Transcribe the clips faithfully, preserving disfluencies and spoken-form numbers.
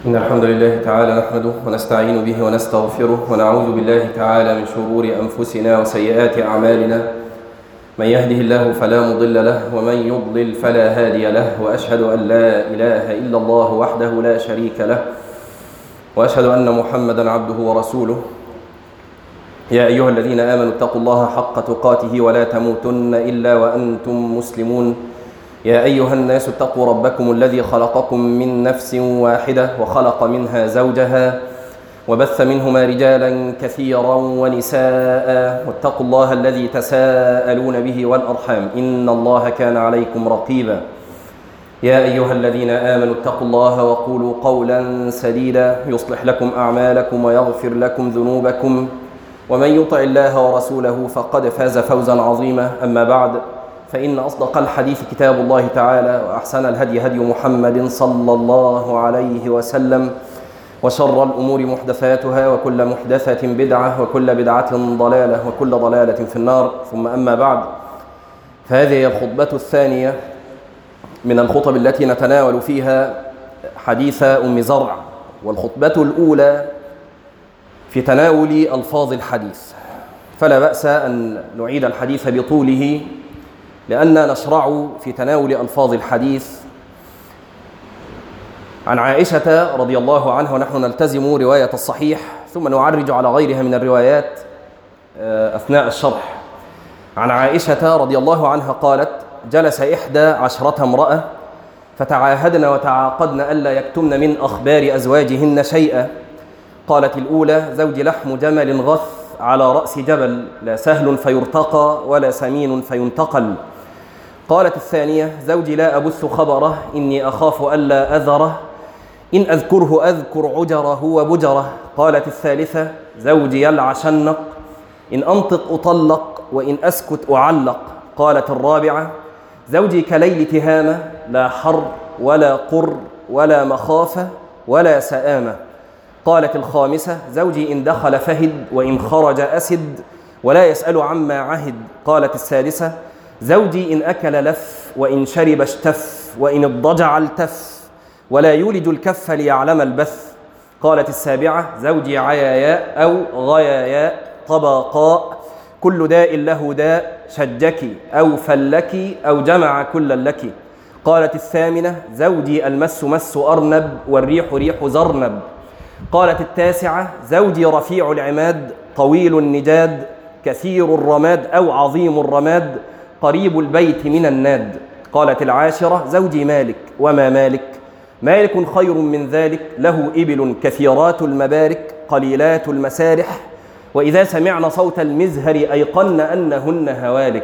إن الحمد لله تعالى نحمده ونستعين به ونستغفره ونعوذ بالله تعالى من شرور أنفسنا وسيئات أعمالنا. من يهده الله فلا مضل له ومن يضلل فلا هادي له، وأشهد أن لا إله إلا الله وحده لا شريك له، وأشهد أن محمدا عبده ورسوله. يا أيها الذين آمنوا اتقوا الله حق تقاته ولا تموتن إلا وأنتم مسلمون. يا أيها الناس اتقوا ربكم الذي خلقكم من نفس واحدة وخلق منها زوجها وبث منهما رجالا كثيرا ونساء، واتقوا الله الذي تساءلون به والأرحام إن الله كان عليكم رقيبا. يا أيها الذين آمنوا اتقوا الله وقولوا قولا سديدا يصلح لكم أعمالكم ويغفر لكم ذنوبكم، ومن يطع الله ورسوله فقد فاز فوزا عظيما. أما بعد، فإن أصدق الحديث كتاب الله تعالى، وأحسن الهدي هدي محمد صلى الله عليه وسلم، وشر الأمور محدثاتها، وكل محدثة بدعة، وكل بدعة ضلالة، وكل ضلالة في النار. ثم أما بعد، فهذه هي الخطبة الثانية من الخطب التي نتناول فيها حديث أم زرع، والخطبة الأولى في تناول ألفاظ الحديث، فلا بأس أن نعيد الحديث بطوله، لأن نشرع في تناول ألفاظ الحديث. عن عائشة رضي الله عنها، ونحن نلتزم رواية الصحيح ثم نعرج على غيرها من الروايات أثناء الشرح. عن عائشة رضي الله عنها قالت: جلس إحدى عشرة امرأة فتعاهدن وتعاقدن ألا يكتمن من أخبار أزواجهن شيئا. قالت الأولى: زوجي لحم جمل غث على رأس جبل، لا سهل فيرتقى ولا سمين فينتقل. قالت الثانية: زوجي لا أبث خبره، إني أخاف ألا أذره، إن أذكره أذكر عجره وبجره. قالت الثالثة: زوجي يلعى شنق، إن أنطق أطلق، وإن أسكت أعلق. قالت الرابعة: زوجي كليل تهامة، لا حر ولا قر ولا مخافة ولا سآمة. قالت الخامسة: زوجي إن دخل فهد، وإن خرج أسد، ولا يسأل عما عهد. قالت السادسة: زوجي إن أكل لف، وإن شرب اشتف، وإن اضطجع التف، ولا يولج الكف ليعلم البث. قالت السابعة: زوجي عياياء أو غياياء طبقاء، كل داء له داء، شجك أو فلك أو جمع كل لك. قالت الثامنة: زوجي المس مس أرنب، والريح ريح زرنب. قالت التاسعة: زوجي رفيع العماد، طويل النجاد، كثير الرماد أو عظيم الرماد، قريب البيت من الناد. قالت العاشرة: زوجي مالك. وما مالك؟ مالك خير من ذلك، له إبل كثيرات المبارك، قليلات المسارح، وإذا سمعن صوت المزهر أيقن أنهن هوالك.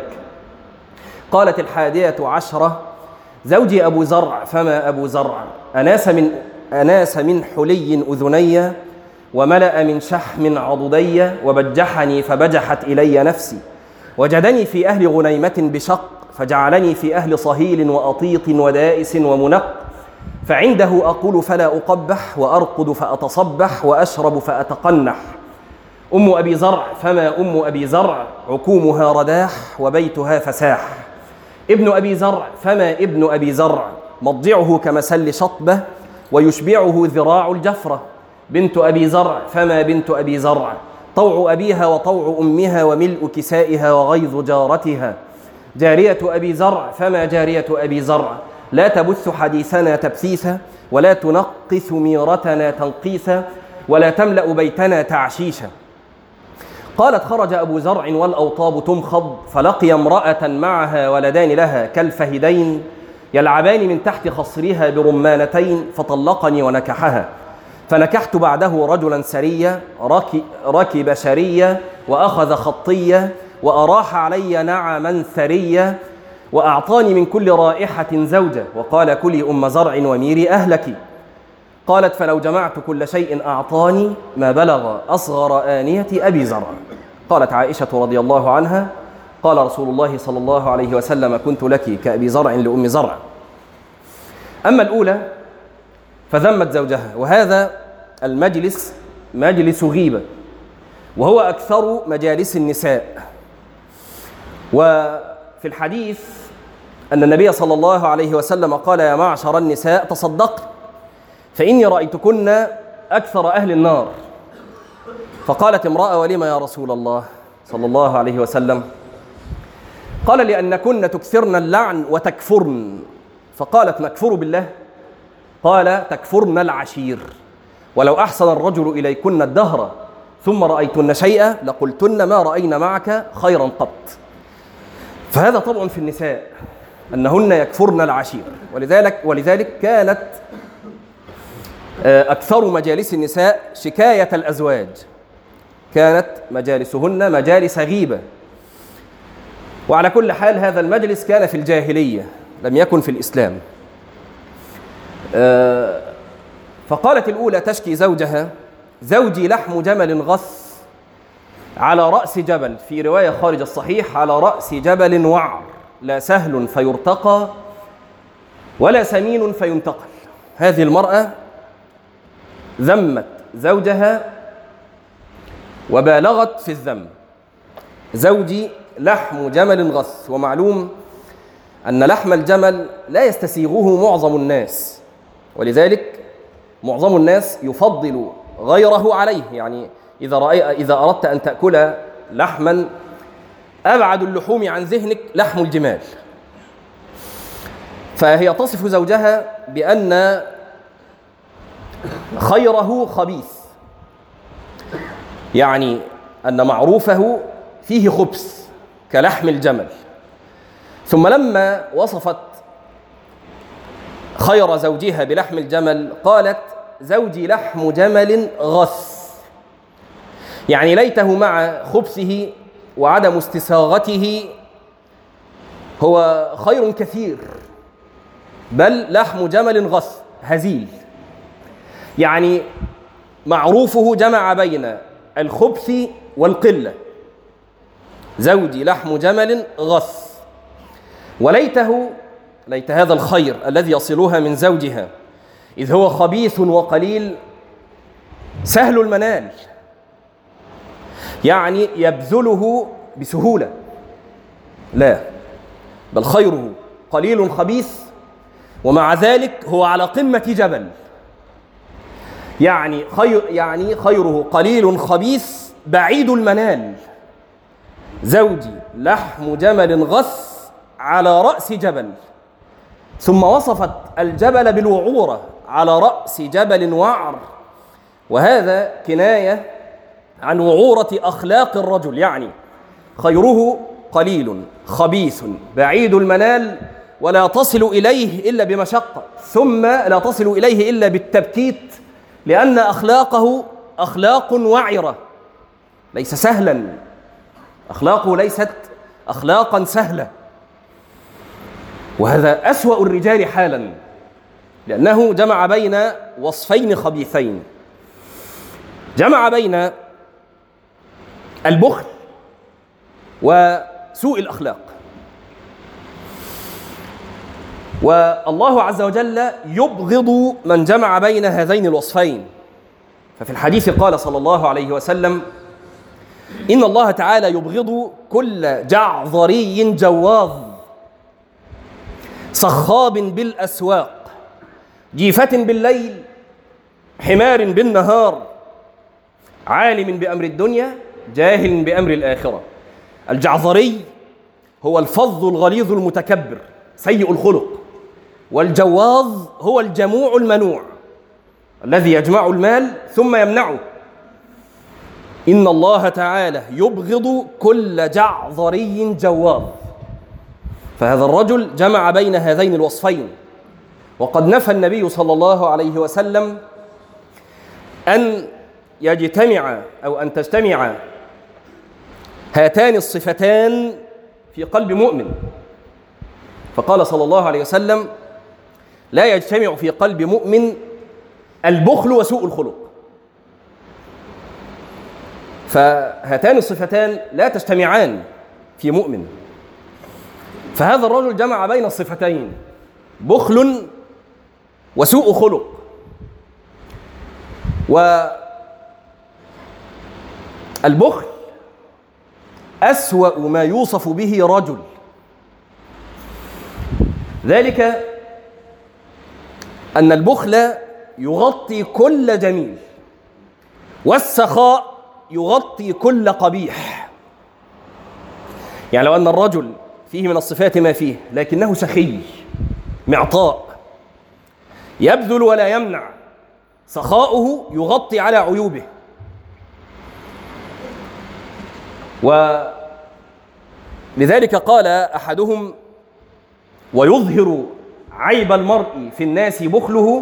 قالت الحادية عشرة: زوجي أبو زرع. فما أبو زرع؟ أناس من أناس من حلي أذني، وملأ من شحم عضدي، وبجحني فبجحت إلي نفسي، وجدني في أهل غنيمة بشق، فجعلني في أهل صهيل وأطيط ودائس ومنق، فعنده أقول فلا أقبح، وأرقد فأتصبح، وأشرب فأتقنح. أم أبي زرع. فما أم أبي زرع؟ عكومها رداح، وبيتها فساح. ابن أبي زرع. فما ابن أبي زرع؟ مضجعه كمسل شطبة، ويشبعه ذراع الجفرة. بنت أبي زرع. فما بنت أبي زرع؟ طوع أبيها وطوع أمها، وملء كسائها وغيظ جارتها. جارية أبي زرع. فما جارية أبي زرع؟ لا تبث حديثنا تبثيثا، ولا تنقث ميرتنا تنقيثا، ولا تملأ بيتنا تعشيشا. قالت: خرج أبو زرع والأوطاب تمخض، فلقي امرأة معها ولدان لها كالفهدين، يلعبان من تحت خصرها برمانتين، فطلقني ونكحها. فنكحت بعده رجلا سريا، ركب شريا، وأخذ خطيا، وأراح علي نعما ثريا، وأعطاني من كل رائحة زوجة، وقال: كلي أم زرع وميري أهلك. قالت: فلو جمعت كل شيء أعطاني ما بلغ أصغر آنية أبي زرع. قالت عائشة رضي الله عنها: قال رسول الله صلى الله عليه وسلم: كنت لك كأبي زرع لأم زرع. أما الأولى فذمت زوجها، وهذا المجلس مجلس غيبة، وهو أكثر مجالس النساء. وفي الحديث أن النبي صلى الله عليه وسلم قال: يا معشر النساء تصدقن، فإني رأيتكن أكثر أهل النار. فقالت امرأة: ولم يا رسول الله صلى الله عليه وسلم؟ قال: لأنكن تكثرن اللعن وتكفرن. فقالت: نكفر بالله؟ قال: تكفرن العشير، ولو أحسن الرجل إليكن الدهر ثم رأيتن شيئا لقلتن ما رأينا معك خيرا قط. فهذا طبع في النساء أنهن يكفرن العشير، ولذلك ولذلك كانت أكثر مجالس النساء شكاية الأزواج، كانت مجالسهن مجالس غيبة. وعلى كل حال هذا المجلس كان في الجاهلية، لم يكن في الإسلام. فقالت الأولى تشكي زوجها: زوجي لحم جمل غث على رأس جبل، في رواية خارج الصحيح على رأس جبل وعر، لا سهل فيرتقى ولا سمين فينتقل. هذه المرأة ذمت زوجها وبالغت في الذم. زوجي لحم جمل غث، ومعلوم أن لحم الجمل لا يستسيغه معظم الناس، ولذلك معظم الناس يفضل غيره عليه. يعني إذا رأي إذا أردت أن تأكل لحما أبعد اللحوم عن ذهنك لحم الجمال. فهي تصف زوجها بأن خيره خبيث، يعني أن معروفه فيه خبث كلحم الجمل. ثم لما وصفت خير زوجها بلحم الجمل قالت: زوجي لحم جمل غث، يعني ليته مع خبثه وعدم استساغته هو خير كثير، بل لحم جمل غث هزيل، يعني معروفه جمع بين الخبث والقلة. زوجي لحم جمل غث، وليته ليت هذا الخير الذي يصلها من زوجها، إذ هو خبيث وقليل سهل المنال، يعني يبذله بسهولة. لا، بل خيره قليل خبيث، ومع ذلك هو على قمة جبل. يعني خير يعني خيره قليل خبيث بعيد المنال. زوجي لحم جمل غث على رأس جبل، ثم وصفت الجبل بالوعورة على رأس جبل وعر، وهذا كناية عن وعورة أخلاق الرجل، يعني خيره قليل خبيث بعيد المنال، ولا تصل إليه إلا بمشقة، ثم لا تصل إليه إلا بالتبكيت، لأن أخلاقه أخلاق وعرة، ليس سهلا، أخلاقه ليست أخلاقا سهلة. وهذا أسوأ الرجال حالا، لأنه جمع بين وصفين خبيثين، جمع بين البخل وسوء الأخلاق. والله عز وجل يبغض من جمع بين هذين الوصفين. ففي الحديث قال صلى الله عليه وسلم: إن الله تعالى يبغض كل جعظري جواظ صخاب بالأسواق جيفة بالليل حمار بالنهار عالم بأمر الدنيا جاهل بأمر الآخرة. الجعظري هو الفظ الغليظ المتكبر سيء الخلق، والجواظ هو الجموع المنوع الذي يجمع المال ثم يمنعه. إن الله تعالى يبغض كل جعظري جواظ. فهذا الرجل جمع بين هذين الوصفين، وقد نفى النبي صلى الله عليه وسلم أن يجتمع أو أن تجتمع هاتان الصفتان في قلب مؤمن، فقال صلى الله عليه وسلم: لا يجتمع في قلب مؤمن البخل وسوء الخلق. فهاتان الصفتان لا تجتمعان في مؤمن. فهذا الرجل جمع بين الصفتين، بخل وسوء خلق. والبخل أسوأ ما يوصف به رجل، ذلك أن البخل يغطي كل جميل، والسخاء يغطي كل قبيح. يعني لو أن الرجل فيه من الصفات ما فيه لكنه سخي معطاء يبذل ولا يمنع، سخاؤه يغطي على عيوبه. ولذلك قال أحدهم: ويظهر عيب المرء في الناس بخله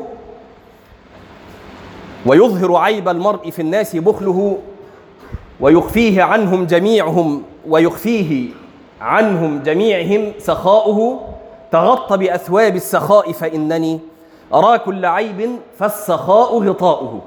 ويظهر عيب المرء في الناس بخله ويخفيه عنهم جميعهم ويخفيه عنهم جميعهم سخاؤه، تغطى بأثواب السخاء فإنني أرى كل عيب فالسخاء غطاؤه.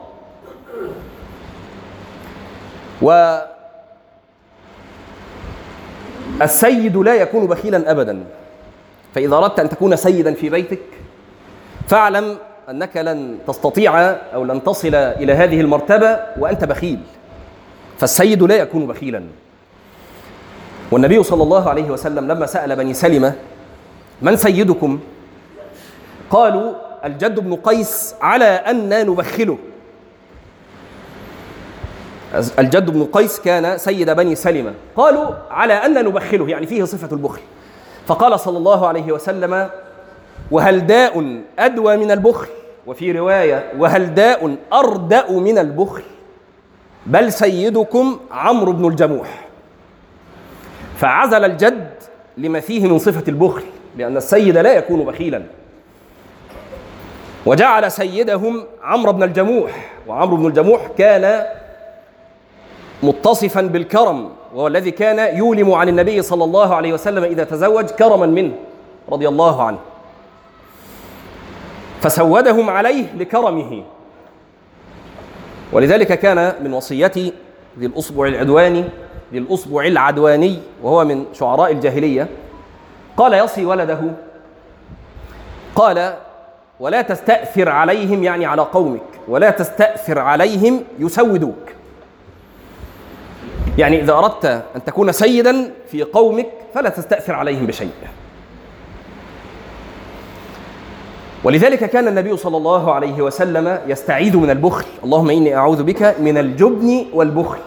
والسيد لا يكون بخيلا أبدا. فإذا أردت أن تكون سيدا في بيتك فاعلم أنك لن تستطيع أو لن تصل إلى هذه المرتبة وأنت بخيل، فالسيد لا يكون بخيلا. والنبي صلى الله عليه وسلم لما سأل بني سلمة: من سيدكم؟ قالوا: الجد بن قيس على أن نبخله. الجد بن قيس كان سيد بني سلمة، قالوا: على أن نبخله، يعني فيه صفة البخل. فقال صلى الله عليه وسلم: وهل داء أدوى من البخل؟ وفي رواية: وهل داء أردأ من البخل؟ بل سيدكم عمرو بن الجموح. فعزل الجد لما فيه من صفة البخل، لأن السيد لا يكون بخيلا، وجعل سيدهم عمرو بن الجموح. وعمرو بن الجموح كان متصفا بالكرم، وهو الذي كان يولم عن النبي صلى الله عليه وسلم إذا تزوج كرما منه رضي الله عنه، فسودهم عليه لكرمه. ولذلك كان من وصية ذي الأصبع العدواني ذي الأصبع العدواني وهو من شعراء الجاهلية، قال يصي ولده، قال: ولا تستأثر عليهم، يعني على قومك، ولا تستأثر عليهم يسودوك. يعني إذا أردت أن تكون سيدا في قومك فلا تستأثر عليهم بشيء. ولذلك كان النبي صلى الله عليه وسلم يستعيذ من البخل: اللهم إني أعوذ بك من الجبن والبخل.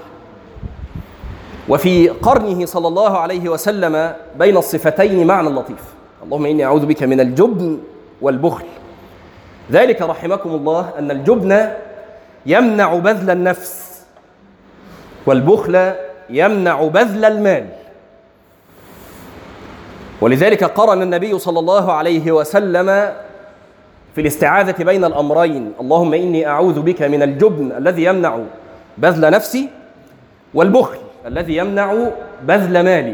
وفي قرنه صلى الله عليه وسلم بين الصفتين معنى لطيف: اللهم إني أعوذ بك من الجبن والبخل. ذلك رحمكم الله أن الجبن يمنع بذل النفس، والبخل يمنع بذل المال. ولذلك قرن النبي صلى الله عليه وسلم في الاستعاذة بين الأمرين: اللهم إني أعوذ بك من الجبن الذي يمنع بذل نفسي، والبخل الذي يمنع بذل مالي.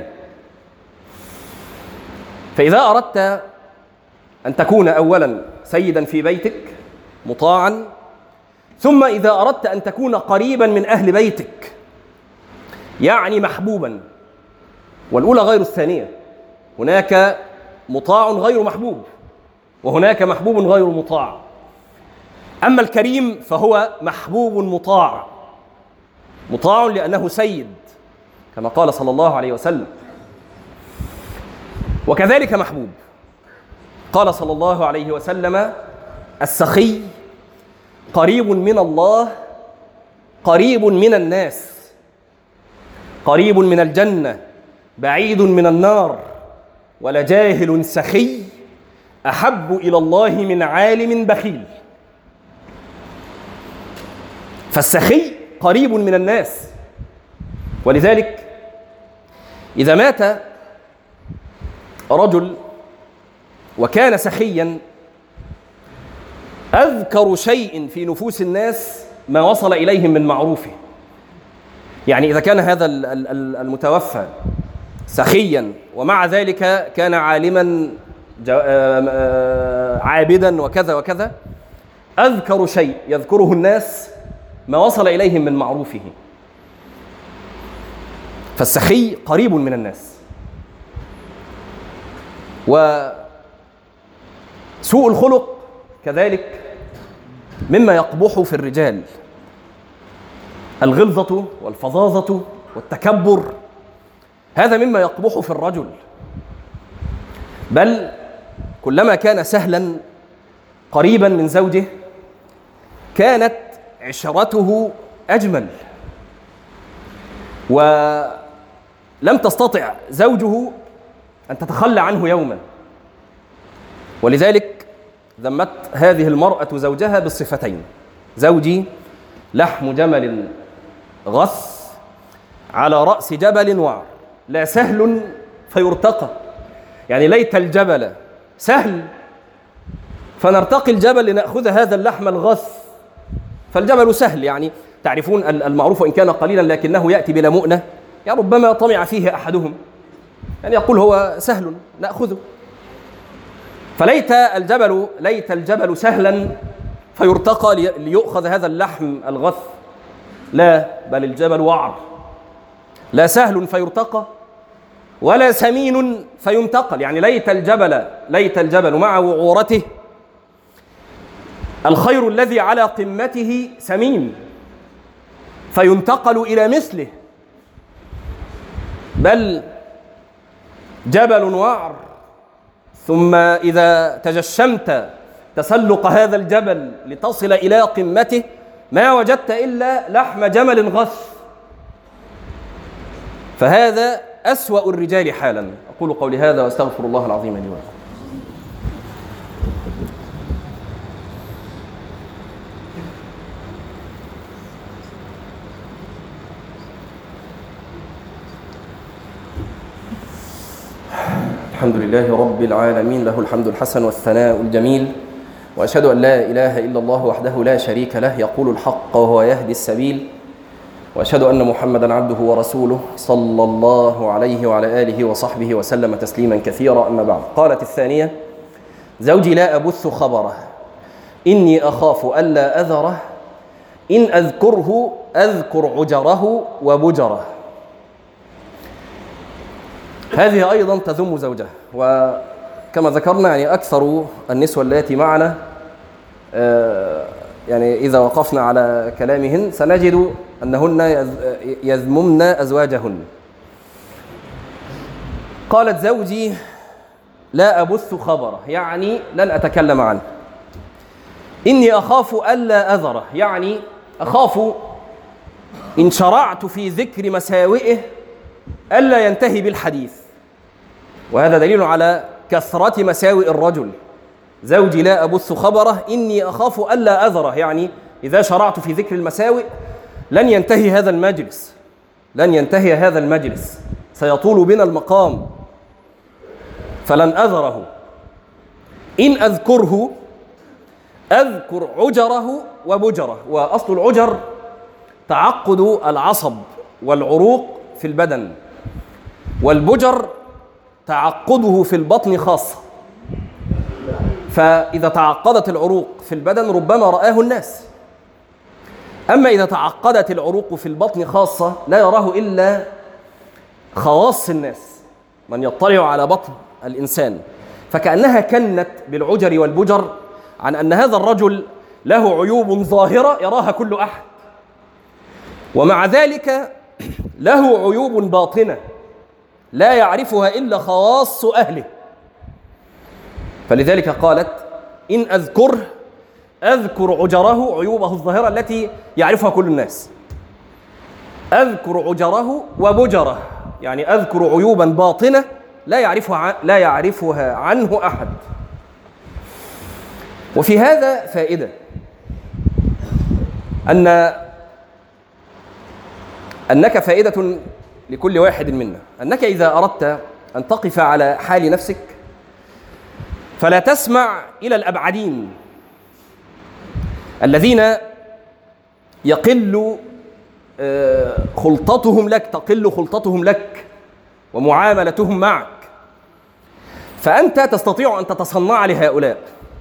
فإذا أردت أن تكون أولا سيدا في بيتك مطاعا، ثم إذا أردت أن تكون قريبا من أهل بيتك يعني محبوبا، والأولى غير الثانية، هناك مطاع غير محبوب وهناك محبوب غير مطاع. أما الكريم فهو محبوب مطاع، مطاع لأنه سيد كما قال صلى الله عليه وسلم، وكذلك محبوب. قال صلى الله عليه وسلم: السخي قريب من الله قريب من الناس، قريب من الجنة بعيد من النار، ولجاهل سخي أحب إلى الله من عالم بخيل. فالسخي قريب من الناس. ولذلك إذا مات رجل وكان سخيا، أذكر شيء في نفوس الناس ما وصل إليهم من معروفه. يعني إذا كان هذا المتوفى سخيا ومع ذلك كان عالما عابدا وكذا وكذا، أذكر شيء يذكره الناس ما وصل إليهم من معروفه. فالسخي قريب من الناس. وسوء الخلق كذلك مما يقبح في الرجال، الغلظة والفظاظة والتكبر، هذا مما يقبح في الرجل. بل كلما كان سهلا قريبا من زوجه كانت عشرته أجمل، ولم تستطع زوجه أن تتخلى عنه يوما، ولذلك ذمت هذه المرأة زوجها بالصفتين: زوجي لحم جمل غث على رأس جبل وعر، لا سهل فيرتقى، يعني ليت الجبل سهل فنرتقي الجبل لنأخذ هذا اللحم الغث، فالجبل سهل، يعني تعرفون المعروف إن كان قليلا لكنه يأتي بلا مؤنة، يعني ربما طمع فيه أحدهم يعني يقول هو سهل نأخذه، فليت الجبل ليت الجبل سهلا فيرتقى ليؤخذ هذا اللحم الغث، لا، بل الجبل وعر، لا سهل فيرتقى ولا سمين فينتقل، يعني ليت الجبل ليت الجبل مع وعورته الخير الذي على قمته سمين فينتقل إلى مثله، بل جبل وعر ثم إذا تجشمت تسلق هذا الجبل لتصل إلى قمته ما وجدت إلا لحم جمل غث، فهذا أسوأ الرجال حالا. أقول قولي هذا وأستغفر الله العظيم لي ولكم. الحمد لله رب العالمين، له الحمد الحسن والثناء الجميل، وأشهد أن لا إله إلا الله وحده لا شريك له يقول الحق وهو يهدي السبيل، وأشهد أن محمدا عبده ورسوله صلى الله عليه وعلى آله وصحبه وسلم تسليما كثيرا. أما بعد، قالت الثانية: زوجي لا أبث خبره، إني أخاف ألا أذره، إن أذكره أذكر عجره وبجره. هذه أيضا تذم زوجها، وكما ذكرنا يعني أكثر النسوة اللاتي معنا يعني إذا وقفنا على كلامهن سنجد أنهن يذممن أزواجهن. قالت: زوجي لا أبث خبره، يعني لن أتكلم عنه. إني أخاف ألا أذره، يعني أخاف إن شرعت في ذكر مساوئه ألا ينتهي بالحديث، وهذا دليل على كثرة مساوئ الرجل. زوجي لا أبث خبره إني أخاف ألا أذره، يعني إذا شرعت في ذكر المساوئ لن ينتهي هذا المجلس لن ينتهي هذا المجلس سيطول بنا المقام، فلن أذره. إن أذكره أذكر عجره وبجره، وأصل العجر تعقد العصب والعروق في البدن، والبجر تعقده في البطن خاصة، فإذا تعقدت العروق في البدن ربما رآه الناس، أما إذا تعقدت العروق في البطن خاصة لا يراه إلا خواص الناس، من يطلع على بطن الإنسان، فكأنها كنت بالعجر والبجر عن أن هذا الرجل له عيوب ظاهرة يراها كل أحد، ومع ذلك له عيوب باطنة لا يعرفها إلا خواص أهله. فلذلك قالت: إن أذكره أذكر عجره، عيوبه الظاهرة التي يعرفها كل الناس، أذكر عجره وبجره، يعني أذكر عيوبا باطنة لا يعرفها لا يعرفها عنه أحد. وفي هذا فائدة، أن أنك فائدة لكل واحد منا، أنك إذا أردت أن تقف على حال نفسك فلا تسمع إلى الأبعدين الذين يقل خلطتهم لك تقل خلطتهم لك ومعاملتهم معك، فأنت تستطيع أن تتصنع لهؤلاء،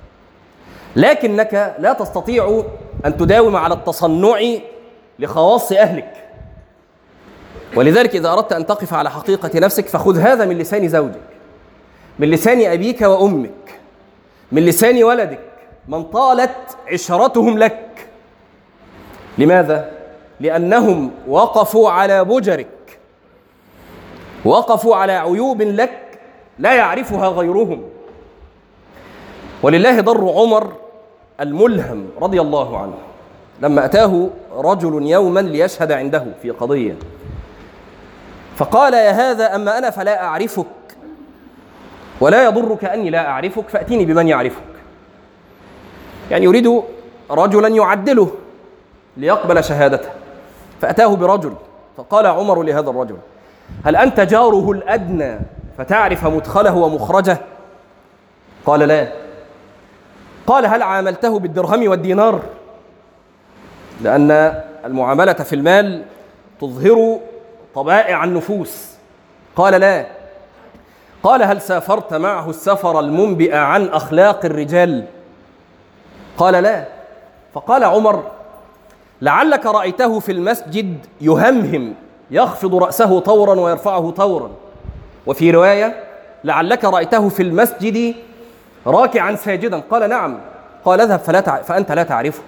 لكنك لا تستطيع أن تداوم على التصنع لخواص أهلك. ولذلك إذا أردت أن تقف على حقيقة نفسك فخذ هذا من لسان زوجك، من لسان أبيك وأمك، من لسان ولدك، من طالت عشرتهم لك. لماذا؟ لأنهم وقفوا على بجرك، وقفوا على عيوب لك لا يعرفها غيرهم. ولله ضر عمر الملهم رضي الله عنه، لما أتاه رجل يوما ليشهد عنده في قضية، فقال: يا هذا أما أنا فلا أعرفك ولا يضرك أني لا أعرفك، فأتيني بمن يعرفك. يعني يريد رجلا يعدله ليقبل شهادته، فأتاه برجل، فقال عمر لهذا الرجل: هل أنت جاره الأدنى فتعرف مدخله ومخرجه؟ قال: لا. قال: هل عاملته بالدرهم والدينار؟ لأن المعاملة في المال تظهر طبائع النفوس. قال: لا. قال: هل سافرت معه السفر المنبئ عن أخلاق الرجال؟ قال: لا. فقال عمر: لعلك رأيته في المسجد يهمهم يخفض رأسه طورا ويرفعه طورا، وفي رواية: لعلك رأيته في المسجد راكعا ساجدا. قال: نعم. قال: اذهب فلا تع... فأنت لا تعرفه.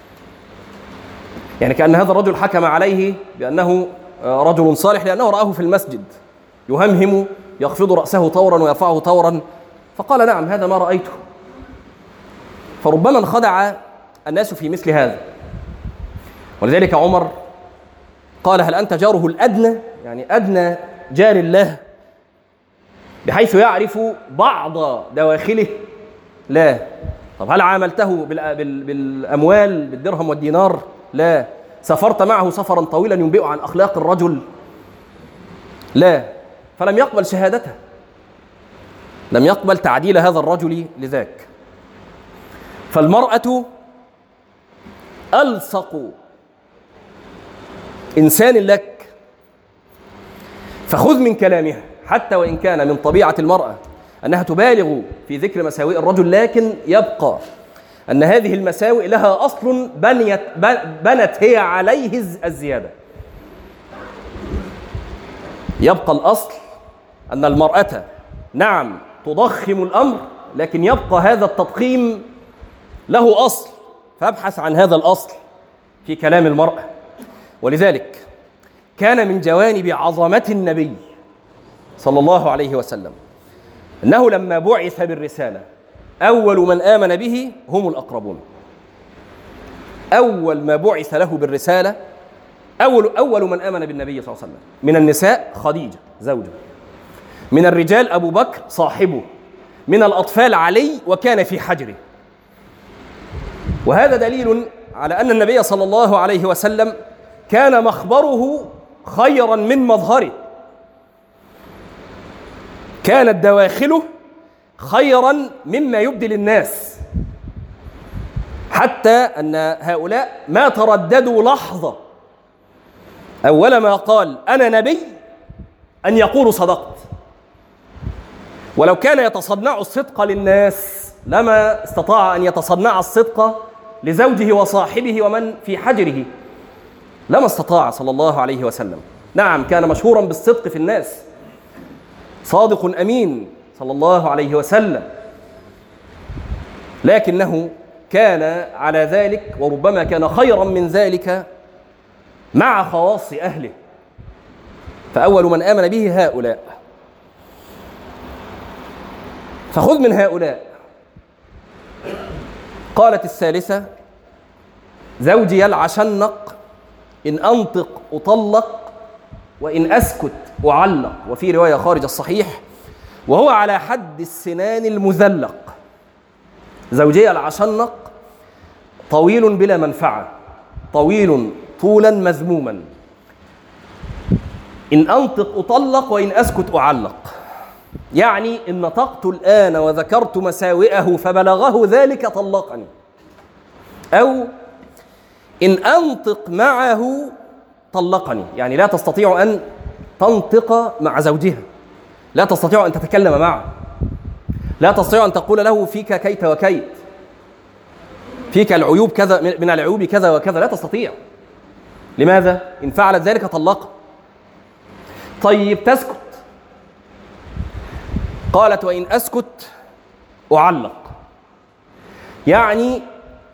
يعني كأن هذا الرجل حكم عليه بأنه رجل صالح لأنه رآه في المسجد يهمهم يخفض رأسه طورا ويرفعه طورا، فقال: نعم، هذا ما رأيته. فربما انخدع الناس في مثل هذا، ولذلك عمر قال: هل أنت جاره الأدنى؟ يعني أدنى جار الله بحيث يعرف بعض دواخله؟ لا. طب هل عاملته بالأموال بالدرهم والدينار؟ لا. سافرت معه سفرا طويلا ينبئ عن أخلاق الرجل؟ لا. فلم يقبل شهادته، لم يقبل تعديل هذا الرجل لذاك. فالمرأة ألصق إنسان لك، فخذ من كلامها، حتى وإن كان من طبيعة المرأة أنها تبالغ في ذكر مساوئ الرجل، لكن يبقى أن هذه المساوئ لها أصل بنيت بنت هي عليه الزيادة. يبقى الأصل أن المرأة نعم تضخم الأمر، لكن يبقى هذا التضخيم له أصل، فابحث عن هذا الأصل في كلام المرأة. ولذلك كان من جوانب عظمة النبي صلى الله عليه وسلم أنه لما بعث بالرسالة أول من آمن به هم الأقربون. أول ما بعث له بالرسالة أول أول من آمن بالنبي صلى الله عليه وسلم من النساء خديجة زوجه، من الرجال أبو بكر صاحبه، من الأطفال علي وكان في حجره. وهذا دليل على أن النبي صلى الله عليه وسلم كان مخبره خيرا من مظهره، كانت دواخله خيرا مما يبدي للناس، حتى أن هؤلاء ما ترددوا لحظة أول ما قال أنا نبي أن يقولوا صدقت. ولو كان يتصنع الصدق للناس لما استطاع أن يتصنع الصدق لزوجه وصاحبه ومن في حجره، لما استطاع صلى الله عليه وسلم. نعم كان مشهورا بالصدق في الناس، صادق أمين صلى الله عليه وسلم، لكنه كان على ذلك وربما كان خيرا من ذلك مع خواص أهله. فأول من آمن به هؤلاء، فخذ من هؤلاء. قالت الثالثة: زوجي العشنق، إن أنطق أطلق وإن أسكت أعلق. وفي رواية خارج الصحيح: وهو على حد السنان المذلق. زوجي العشنق طويل بلا منفعة، طويل طولا مذموما. إن أنطق أطلق وإن أسكت أعلق، يعني إن نطقت الآن وذكرت مساوئه فبلغه ذلك طلقني، أو إن أنطق معه طلقني، يعني لا تستطيع أن تنطق مع زوجها، لا تستطيع أن تتكلم معه، لا تستطيع أن تقول له فيك كيت وكيت، فيك العيوب كذا من العيوب كذا وكذا، لا تستطيع. لماذا؟ إن فعلت ذلك طلقها. طيب تسكت؟ قالت: وإن أسكت أعلق، يعني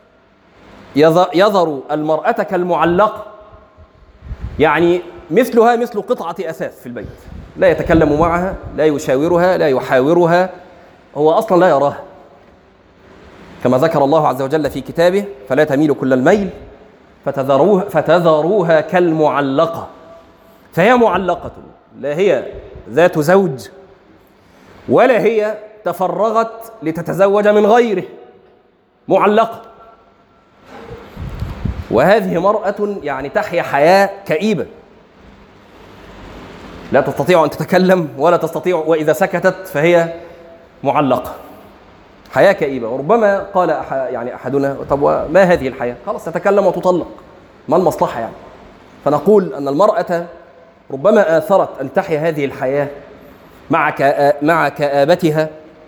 يظهر المرأة كالمعلقة، يعني مثلها مثل قطعة أثاث في البيت، لا يتكلم معها، لا يشاورها، لا يحاورها، هو أصلا لا يراها، كما ذكر الله عز وجل في كتابه: فلا تميل كل الميل فتذروها, فتذروها كالمعلقة، فهي معلقة، لا هي ذات زوج ولا هي تفرغت لتتزوج من غيره، معلقة. وهذه مرأة يعني تحيا حياة كئيبة، لا تستطيع أن تتكلم ولا تستطيع، وإذا سكتت فهي معلقة، حياة كئيبة. وربما قال أح يعني أحدنا طب وما هذه الحياة؟ خلاص تتكلم وتطلق، ما المصلحة يعني؟ فنقول أن المرأة ربما آثرت أن تحيا هذه الحياة مع كآ... مع كآبتها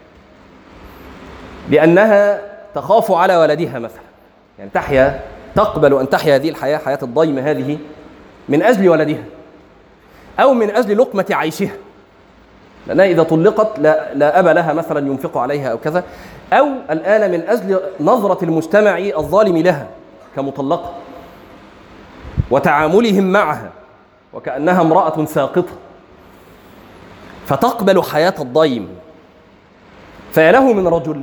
لأنها تخاف على ولدها مثلا، يعني تحيا تقبل أن تحيا هذه الحياة، حياة الضيم هذه، من أجل ولدها أو من أجل لقمة عيشها، لأنها إذا طلقت لا, لا أب لها مثلا ينفق عليها أو كذا، أو الآن من أجل نظرة المجتمع الظالم لها كمطلقة وتعاملهم معها وكأنها امرأة ساقطة، فتقبل حياة الضيم. فيله من رجل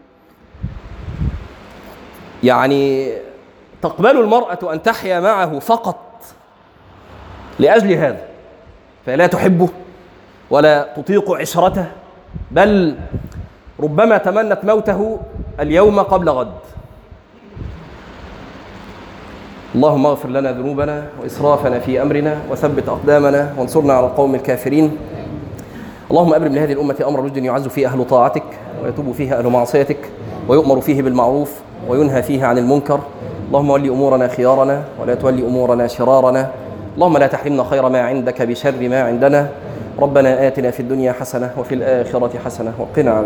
يعني تقبل المرأة أن تحيا معه فقط لأجل هذا، فلا تحبه ولا تطيق عشرته، بل ربما تمنت موته اليوم قبل غد. اللهم اغفر لنا ذنوبنا وإسرافنا في أمرنا وثبت أقدامنا وانصرنا على القوم الكافرين. اللهم أبرم لهذه الأمة أمر رشد يعز فيه أهل طاعتك ويتوب فيه أهل معصيتك ويؤمر فيه بالمعروف وينهى فيه عن المنكر. اللهم ولي أمورنا خيارنا ولا تولي أمورنا شرارنا. اللهم لا تحرمنا خير ما عندك بشر ما عندنا. ربنا آتنا في الدنيا حسنة وفي الآخرة حسنة وقنا